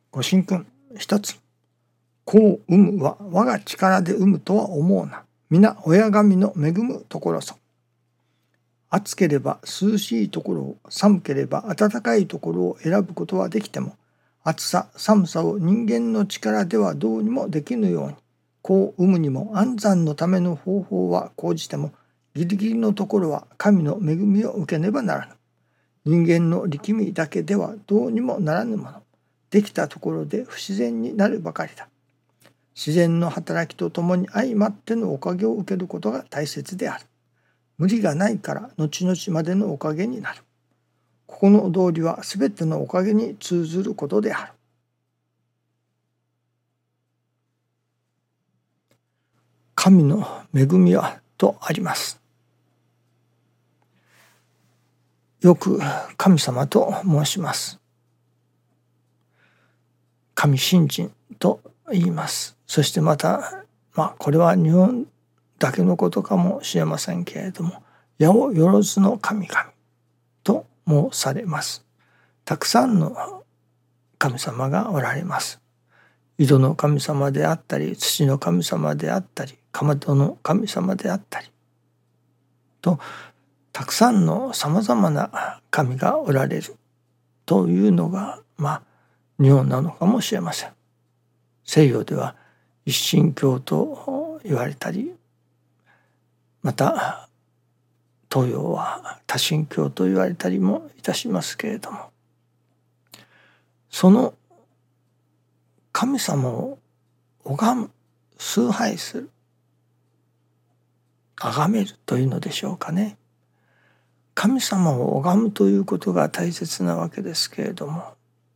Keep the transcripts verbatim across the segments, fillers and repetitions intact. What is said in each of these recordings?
ご神君一つ。子を産むは我が力で産むとは思うな。皆親神の恵むところぞ。暑ければ涼しいところを、寒ければ暖かいところを選ぶことはできても、暑さ寒さを人間の力ではどうにもできぬように、子を産むにも安産のための方法は講じても、ギリギリのところは神の恵みを受けねばならぬ。人間の力みだけではどうにもならぬもの。できたところで不自然になるばかりだ。自然の働きとともに相まってのおかげを受けることが大切である。無理がないから後々までのおかげになる。ここの道理はすべてのおかげに通ずることである。神の恵みはとあります。よく神様と申します。神信心と言います。そしてまた、まあこれは日本だけのことかもしれませんけれども、八百万の神々と申されます。たくさんの神様がおられます。井戸の神様であったり、土の神様であったり、かまどの神様であったりと、たくさんのさまざまな神がおられるというのがまあ日本なのかもしれません。西洋では一神教と言われたり、また東洋は多神教と言われたりもいたしますけれども、その神様を拝む、崇拝する、崇めるというのでしょうかね。神様を拝むということが大切なわけですけれども、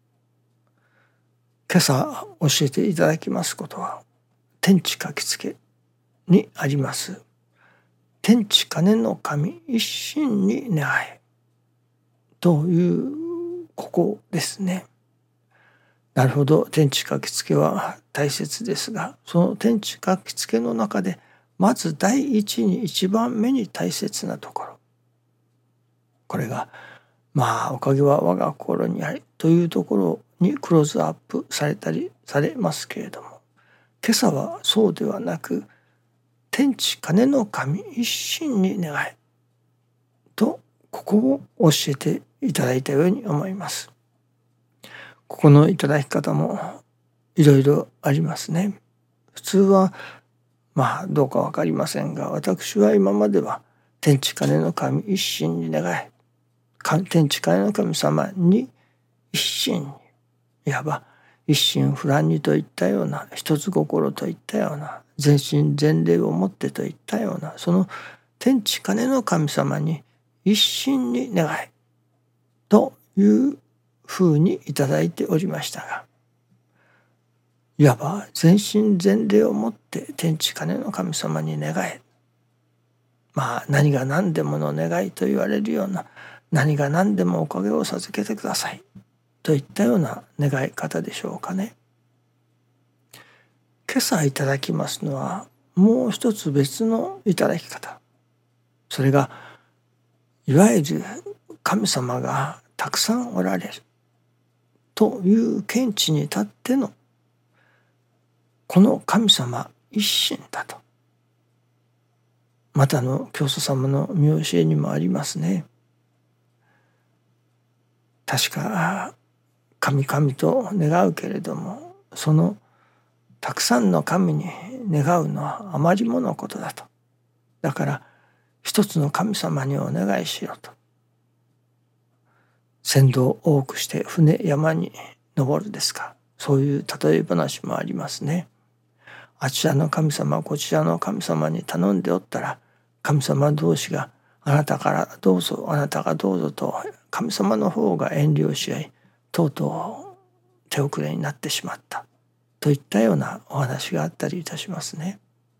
今朝教えていただきますことは天地書きつけにあります天地金の神一心に願えというここですね。なるほど、天地書きつけは大切ですが、その天地書きつけの中でまず第一に一番目に大切なところ、これがまあおかげは我が心にありというところにクローズアップされたりされますけれども、今朝はそうではなく天地金の神一心に願えとここを教えていただいたように思います。ここのいただき方もいろいろありますね。普通はまあどうかわかりませんが、私は今までは天地金の神一心に願え、天地金の神様に一心に、いわば一心不乱にといったような、一つ心といったような、全身全霊をもってといったような、その天地金の神様に一心に願えというふうにいただいておりましたが、いわば全身全霊をもって天地金の神様に願え、まあ何が何でもの願いと言われるような、何が何でもおかげを授けてくださいといったような願い方でしょうかね。今朝いただきますのはもう一つ別のいただき方。それがいわゆる神様がたくさんおられるという見地に立ってのこの神様一心だと。またの教祖様の見教えにもありますね。確か神々と願うけれども、そのたくさんの神に願うのはあまりものことだと。だから一つの神様にお願いしろと。船頭を多くして船山に登るですか、そういう例え話もありますね。あちらの神様こちらの神様に頼んでおったら、神様同士があなたからどうぞあなたがどうぞと神様の方が遠慮し合い、とうとう手遅れになってしまったといったようなお話があったりいたしますね。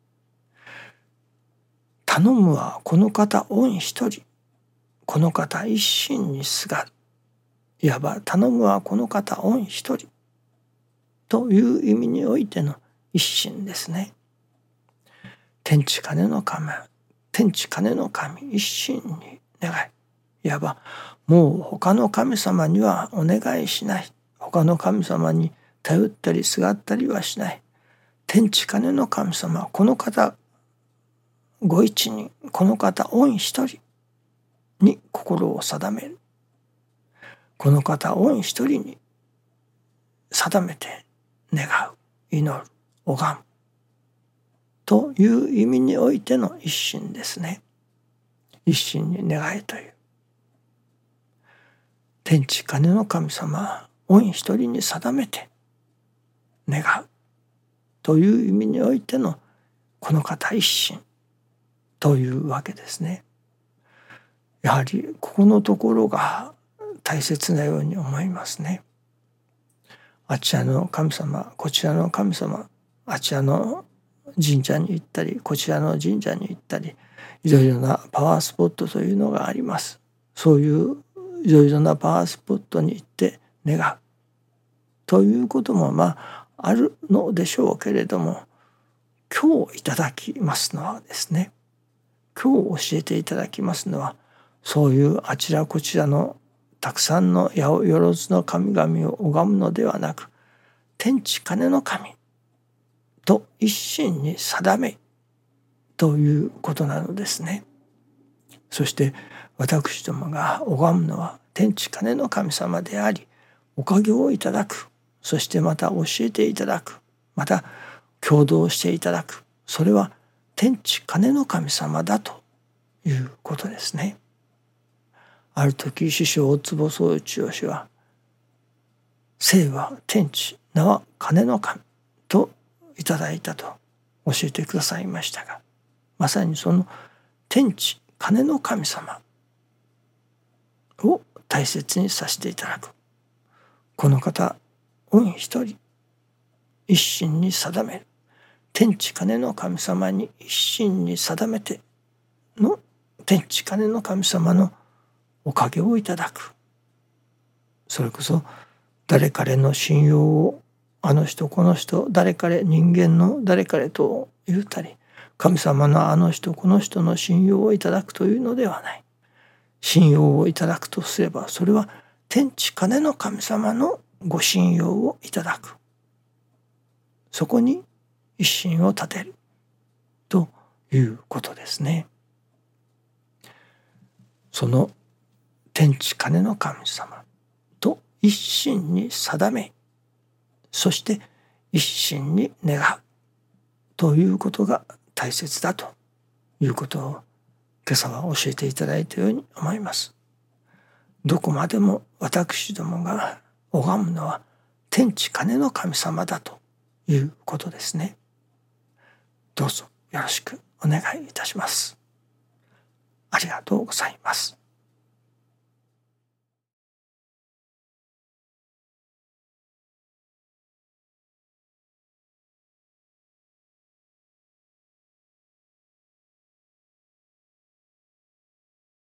頼むはこの方御一人、この方一心にすがる、いわば頼むはこの方御一人という意味においての一心ですね。天地金の神、天地金の神一心に願い、いわばもう他の神様にはお願いしない、他の神様に頼ったりすがったりはしない。天地金の神様、この方ご一人、この方御一人に心を定める。この方御一人に定めて願う、祈る、拝むという意味においての一心ですね。一心に願いという。天地金の神様御一人に定めて願うという意味においてのこの方一心というわけですね。やはりここのところが大切なように思いますね。あちらの神様、こちらの神様、あちらの神社に行ったり、こちらの神社に行ったり、いろいろなパワースポットというのがあります。そういういろいろなパワースポットに行って願うということもまああるのでしょうけれども、今日いただきますのはですね、今日教えていただきますのは、そういうあちらこちらのたくさんの八百万の神々を拝むのではなく、天地金の神と一心に定めということなのですね。そして私どもが拝むのは天地金の神様であり、おかげをいただく、そしてまた教えていただく、また共同していただく、それは天地金の神様だということですね。ある時師匠大坪宗一郎氏は、生は天地、名は金の神といただいたと教えてくださいましたが、まさにその天地金の神様を大切にさせていただく。この方御一人一心に定める。天地金の神様に一心に定めての天地金の神様のおかげをいただく。それこそ誰彼の信用を、あの人この人、誰彼、人間の誰彼と言うたり、神様のあの人この人の信用をいただくというのではない。信用をいただくとすれば、それは天地金の神様のご信用をいただく。そこに一心を立てるということですね。その天地金の神様と一心に定め、そして一心に願うということが大切だということを今朝は教えていただいたように思います。どこまでも私どもが拝むのは天地金の神様だということですね。どうぞよろしくお願いいたします。ありがとうございます。